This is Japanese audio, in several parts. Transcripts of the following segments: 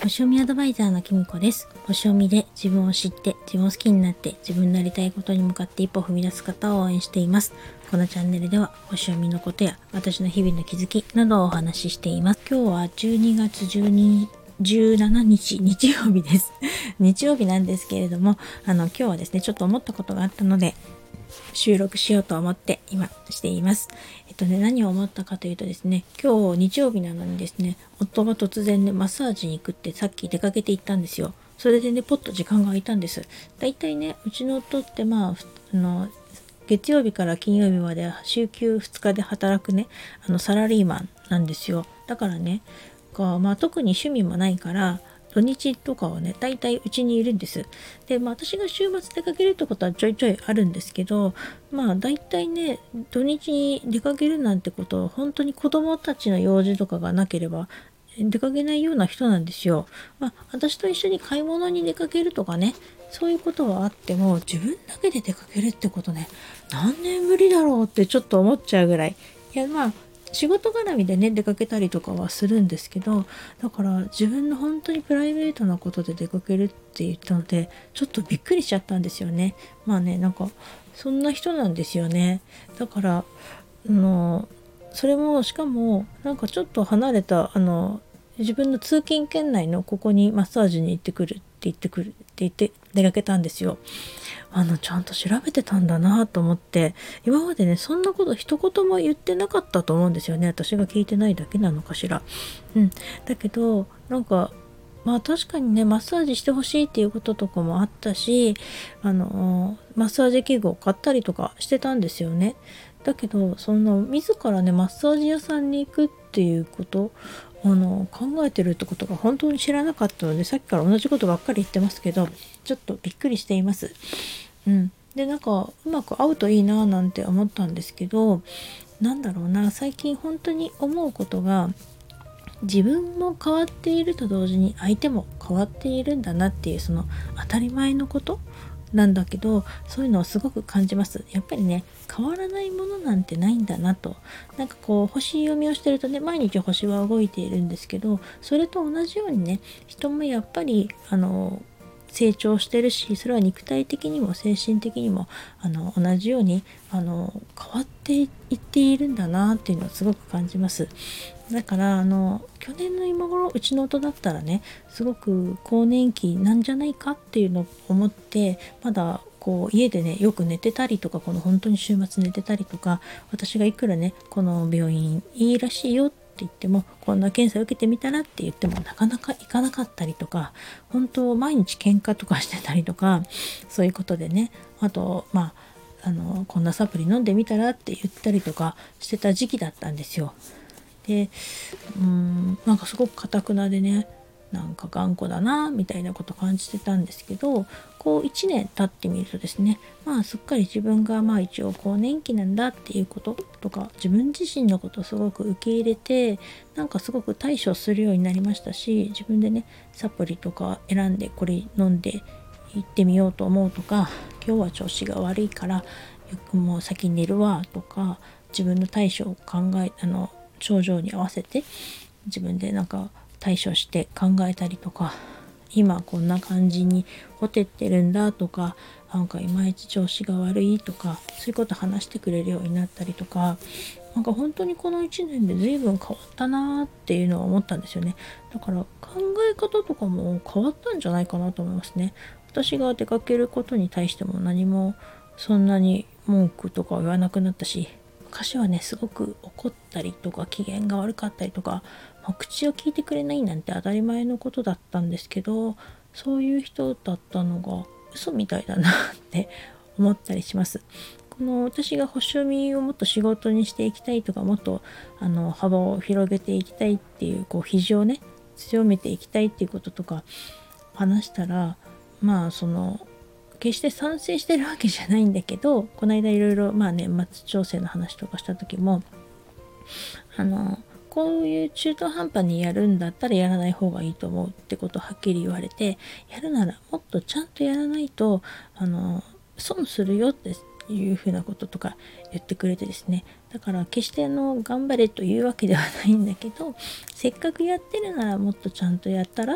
星読みアドバイザーのきみこです。星読みで自分を知って自分を好きになって自分のやりたいことに向かって一歩踏み出す方を応援しています。このチャンネルでは星読みのことや私の日々の気づきなどをお話ししています。今日は12月17日日曜日です。日曜日なんですけれども、今日はですねちょっと思ったことがあったので収録しようと思って今しています。何を思ったかというとですね、今日日曜日なのにですね、夫が突然ねマッサージに行くってさっき出かけて行ったんですよ。それでねポッと時間が空いたんです。だいたいねうちの夫って月曜日から金曜日まで週休2日で働くねサラリーマンなんですよ。だからね特に趣味もないから土日とかはね大体うちにいるんです。で私が週末出かけるってことはちょいちょいあるんですけど、大体ね土日に出かけるなんてこと本当に子供たちの用事とかがなければ出かけないような人なんですよ。私と一緒に買い物に出かけるとかね、そういうことはあっても自分だけで出かけるってことね何年ぶりだろうってちょっと思っちゃうぐらい。仕事絡みでね出かけたりとかはするんですけど、だから自分の本当にプライベートなことで出かけるって言ったのでちょっとびっくりしちゃったんですよね。そんな人なんですよね。だからそれもしかもちょっと離れた自分の通勤圏内のここにマッサージに行ってくるって言って出かけたんですよ。ちゃんと調べてたんだなと思って、今までねそんなこと一言も言ってなかったと思うんですよね。私が聞いてないだけなのかしら。だけど確かにねマッサージしてほしいっていうこととかもあったし、マッサージ器具を買ったりとかしてたんですよね。だけど自らねマッサージ屋さんに行くっていうこと考えてるってことが本当に知らなかったので、さっきから同じことばっかり言ってますけどちょっとびっくりしています。でうまく合うといいななんて思ったんですけど、最近本当に思うことが、自分も変わっていると同時に相手も変わっているんだなっていうその当たり前のことなんだけど、そういうのをすごく感じます。やっぱりね変わらないものなんてないんだなと。星読みをしてるとね毎日星は動いているんですけど、それと同じようにね人もやっぱり成長してるし、それは肉体的にも精神的にも同じように変わっていっているんだなっていうのをすごく感じます。だから去年の今頃うちの夫だったらねすごく更年期なんじゃないかっていうのを思って、まだ家でねよく寝てたりとか、本当に週末寝てたりとか、私がいくらねこの病院いいらしいよって言っても、こんな検査受けてみたらって言ってもなかなか行かなかったりとか、本当毎日喧嘩とかしてたりとか、そういうことでね、あとこんなサプリ飲んでみたらって言ったりとかしてた時期だったんですよ。ですごく堅くなでね頑固だなみたいなこと感じてたんですけど、1年経ってみるとですね、すっかり自分が一応更年期なんだっていうこととか、自分自身のことをすごく受け入れてすごく対処するようになりましたし、自分でねサプリとか選んでこれ飲んで行ってみようと思うとか、今日は調子が悪いからもう先に寝るわとか、自分の対処を考え症状に合わせて自分で対処して考えたりとか、今こんな感じにほてってるんだとか、いまいち調子が悪いとか、そういうこと話してくれるようになったりとか、本当にこの1年で随分変わったなっていうのは思ったんですよね。だから考え方とかも変わったんじゃないかなと思いますね。私が出かけることに対しても何もそんなに文句とかは言わなくなったし、昔はねすごく怒ったりとか機嫌が悪かったりとか、口を聞いてくれないなんて当たり前のことだったんですけど、そういう人だったのが嘘みたいだなって思ったりします。私が星読みをもっと仕事にしていきたいとか、もっと幅を広げていきたいっていう肘をね強めていきたいっていうこととか話したら、決して賛成してるわけじゃないんだけど、この間いろいろ年末調整の話とかした時もこういう中途半端にやるんだったらやらない方がいいと思うってことをはっきり言われて、やるならもっとちゃんとやらないと損するよっていうふうなこととか言ってくれてですね。だから決して頑張れというわけではないんだけど、せっかくやってるならもっとちゃんとやったら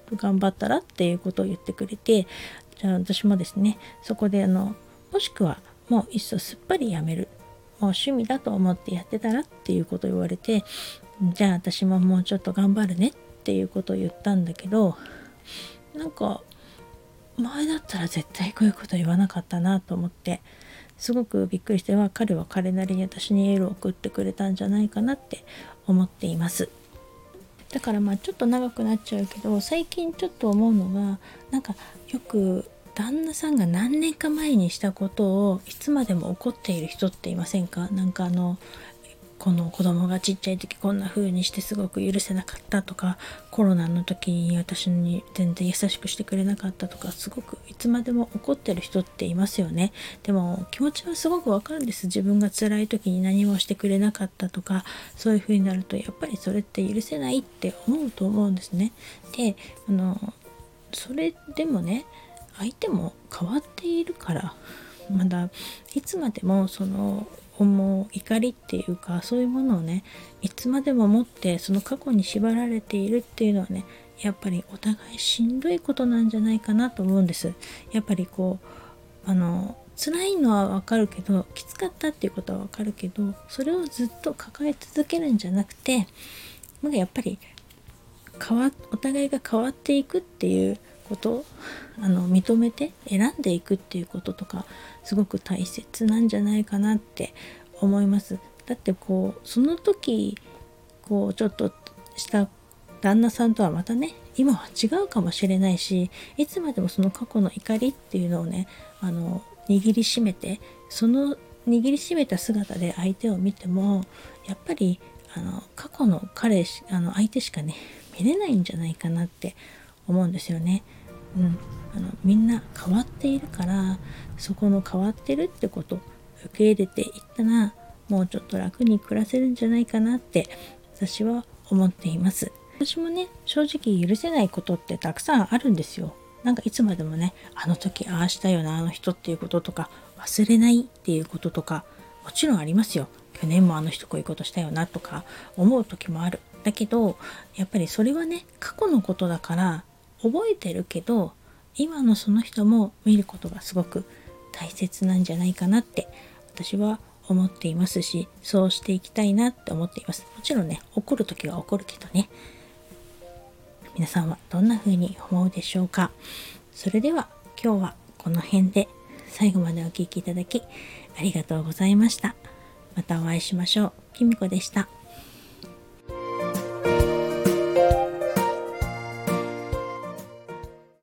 と頑張ったらっていうことを言ってくれて、じゃあ私もですね、そこでもしくはもういっそすっぱりやめる、もう趣味だと思ってやってたらっていうことを言われて、じゃあ私ももうちょっと頑張るねっていうことを言ったんだけど、なんか前だったら絶対こういうこと言わなかったなと思って、すごくびっくりして、彼は彼なりに私にエールを送ってくれたんじゃないかなって思っています。だからちょっと長くなっちゃうけど、最近ちょっと思うのが、なんかよく旦那さんが何年か前にしたことをいつまでも怒っている人っていませんか？なんかこの子供がちっちゃい時こんな風にしてすごく許せなかったとか、コロナの時に私に全然優しくしてくれなかったとか、すごくいつまでも怒ってる人っていますよね。でも気持ちはすごくわかるんです。自分が辛い時に何もしてくれなかったとか、そういう風になるとやっぱりそれって許せないって思うと思うんですね。で、それでもね、相手も変わっているから、まだいつまでも怒りっていうか、そういうものをね、いつまでも持ってその過去に縛られているっていうのはね、やっぱりお互いしんどいことなんじゃないかなと思うんです。やっぱり辛いのはわかるけど、きつかったっていうことはわかるけど、それをずっと抱え続けるんじゃなくて、やっぱりお互いが変わっていくっていうことを認めて選んでいくっていうこととか、すごく大切なんじゃないかなって思います。だってその時ちょっとした旦那さんとはまたね、今は違うかもしれないし、いつまでもその過去の怒りっていうのをね、握りしめて、その握りしめた姿で相手を見ても、やっぱり過去の相手しかね見れないんじゃないかなって思うんですよね。みんな変わっているから、そこの変わってるってことを受け入れていったら、もうちょっと楽に暮らせるんじゃないかなって私は思っています。私もね、正直許せないことってたくさんあるんですよ。なんかいつまでもね、あの時ああしたよな、あの人っていうこととか、忘れないっていうこととか、もちろんありますよ。去年もあの人こういうことしたよなとか思う時もある。だけどやっぱりそれはね、過去のことだから覚えてるけど、今のその人も見ることがすごく大切なんじゃないかなって私は思っていますし、そうしていきたいなって思っています。もちろんね、怒る時は怒るけどね。皆さんはどんな風に思うでしょうか。それでは今日はこの辺で、最後までお聞きいただきありがとうございました。またお会いしましょう。きみこでした。